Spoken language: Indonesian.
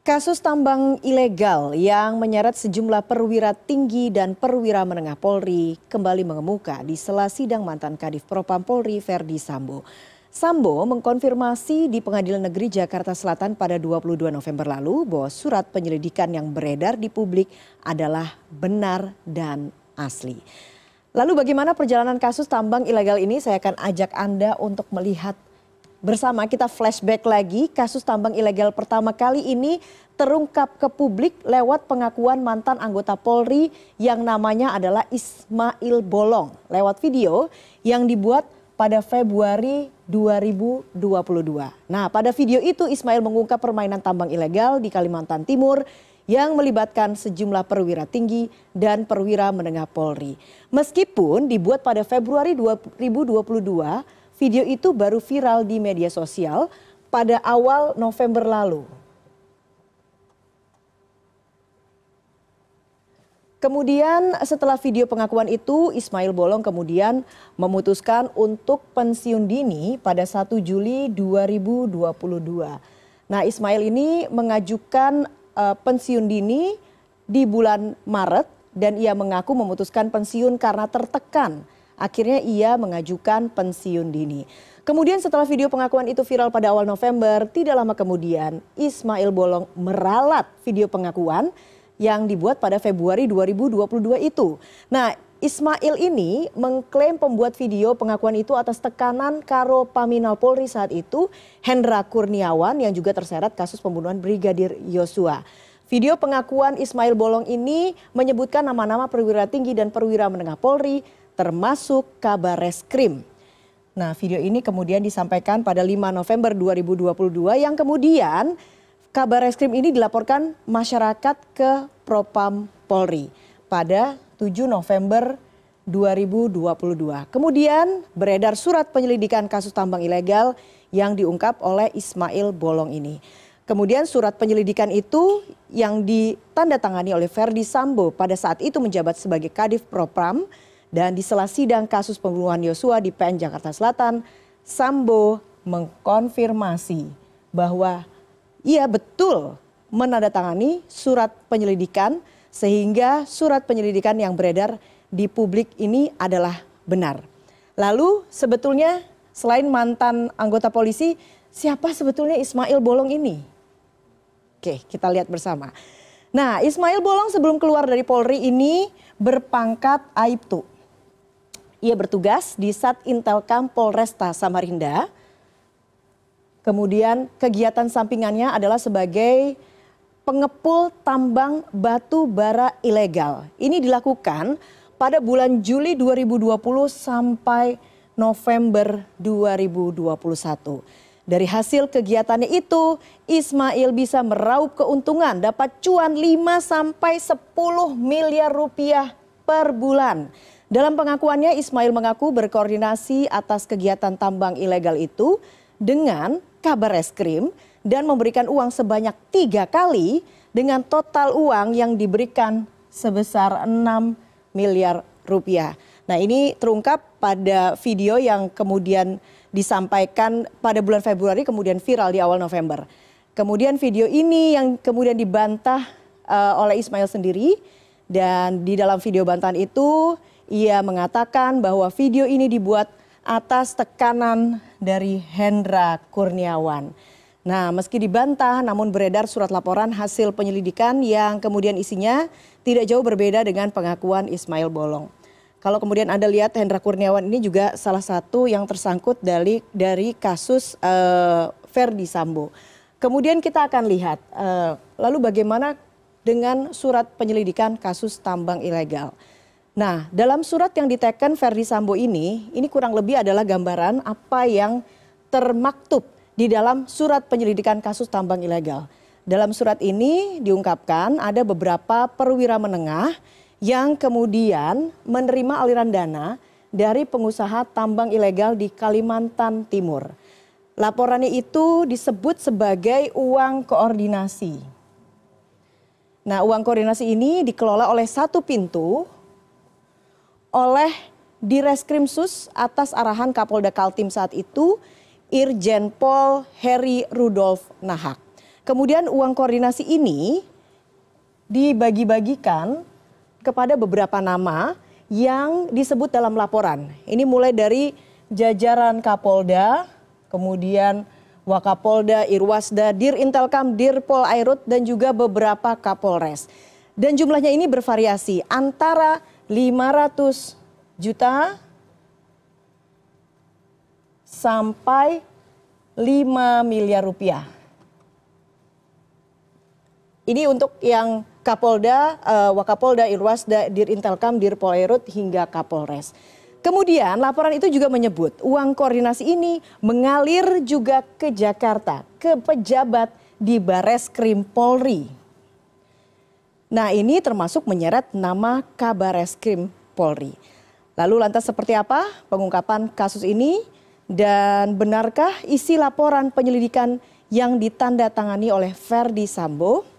Kasus tambang ilegal yang menyeret sejumlah perwira tinggi dan perwira menengah Polri kembali mengemuka di sela sidang mantan Kadif Propam Polri Verdi Sambo. Sambo mengkonfirmasi di Pengadilan Negeri Jakarta Selatan pada 22 November lalu bahwa surat penyelidikan yang beredar di publik adalah benar dan asli. Lalu bagaimana perjalanan kasus tambang ilegal ini? Saya akan ajak Anda untuk melihat bersama. Kita flashback lagi, kasus tambang ilegal pertama kali ini terungkap ke publik lewat pengakuan mantan anggota Polri yang namanya adalah Ismail Bolong lewat video yang dibuat pada Februari 2022. Nah, pada video itu Ismail mengungkap permainan tambang ilegal di Kalimantan Timur yang melibatkan sejumlah perwira tinggi dan perwira menengah Polri. Meskipun dibuat pada Februari 2022, video itu baru viral di media sosial pada awal November lalu. Kemudian setelah video pengakuan itu, Ismail Bolong kemudian memutuskan untuk pensiun dini pada 1 Juli 2022. Nah, Ismail ini mengajukan pensiun dini di bulan Maret dan ia mengaku memutuskan pensiun karena tertekan. Akhirnya ia mengajukan pensiun dini. Kemudian setelah video pengakuan itu viral pada awal November, tidak lama kemudian Ismail Bolong meralat video pengakuan yang dibuat pada Februari 2022 itu. Nah, Ismail ini mengklaim pembuat video pengakuan itu atas tekanan Karo Paminal Polri saat itu, Hendra Kurniawan yang juga terseret kasus pembunuhan Brigadir Yosua. Video pengakuan Ismail Bolong ini menyebutkan nama-nama perwira tinggi dan perwira menengah Polri, termasuk Kabar Reskrim. Nah, video ini kemudian disampaikan pada 5 November 2022 yang kemudian Kabar Reskrim ini dilaporkan masyarakat ke Propam Polri pada 7 November 2022. Kemudian beredar surat penyelidikan kasus tambang ilegal yang diungkap oleh Ismail Bolong ini. Kemudian surat penyelidikan itu yang ditandatangani oleh Verdi Sambo pada saat itu menjabat sebagai Kadif Propam. Dan di sela sidang kasus pembunuhan Yosua di PN Jakarta Selatan, Sambo mengkonfirmasi bahwa ia betul menandatangani surat penyelidikan sehingga surat penyelidikan yang beredar di publik ini adalah benar. Lalu sebetulnya selain mantan anggota polisi, siapa sebetulnya Ismail Bolong ini? Oke, kita lihat bersama. Nah, Ismail Bolong sebelum keluar dari Polri ini berpangkat Aibtu. Ia bertugas di Satintelkam Polresta Samarinda. Kemudian kegiatan sampingannya adalah sebagai pengepul tambang batu bara ilegal. Ini dilakukan pada bulan Juli 2020 sampai November 2021. Dari hasil kegiatannya itu, Ismail bisa meraup keuntungan dapat cuan 5 sampai 10 miliar rupiah per bulan. Dalam pengakuannya, Ismail mengaku berkoordinasi atas kegiatan tambang ilegal itu dengan Kabar Reskrim dan memberikan uang sebanyak 3 kali dengan total uang yang diberikan sebesar 6 miliar rupiah. Nah, ini terungkap pada video yang kemudian disampaikan pada bulan Februari kemudian viral di awal November. Kemudian video ini yang kemudian dibantah oleh Ismail sendiri dan di dalam video bantahan itu ia mengatakan bahwa video ini dibuat atas tekanan dari Hendra Kurniawan. Nah, meski dibantah namun beredar surat laporan hasil penyelidikan yang kemudian isinya tidak jauh berbeda dengan pengakuan Ismail Bolong. Kalau kemudian Anda lihat Hendra Kurniawan ini juga salah satu yang tersangkut dari kasus Verdi Sambo. Kemudian kita akan lihat lalu bagaimana dengan surat penyelidikan kasus tambang ilegal. Nah, dalam surat yang diteken Verdi Sambo ini kurang lebih adalah gambaran apa yang termaktub di dalam surat penyelidikan kasus tambang ilegal. Dalam surat ini diungkapkan ada beberapa perwira menengah yang kemudian menerima aliran dana dari pengusaha tambang ilegal di Kalimantan Timur. Laporannya itu disebut sebagai uang koordinasi. Nah, uang koordinasi ini dikelola oleh Satu Pintu oleh Direskrimsus atas arahan Kapolda Kaltim saat itu, Irjen Pol Heri Rudolf Nahak. Kemudian uang koordinasi ini dibagi-bagikan kepada beberapa nama yang disebut dalam laporan. Ini mulai dari jajaran Kapolda, kemudian Wakapolda, Irwasda, Dir Intelkam, Dir Polairut, dan juga beberapa Kapolres. Dan jumlahnya ini bervariasi antara 500 juta sampai 5 miliar rupiah. Ini untuk yang Kapolda, Wakapolda, Irwasda, Dir Intelkam, Dir Polairut, hingga Kapolres. Kemudian laporan itu juga menyebut uang koordinasi ini mengalir juga ke Jakarta, ke pejabat di Bareskrim Polri. Nah, ini termasuk menyeret nama Kabareskrim Polri. Lalu lantas seperti apa pengungkapan kasus ini dan benarkah isi laporan penyelidikan yang ditandatangani oleh Verdi Sambo?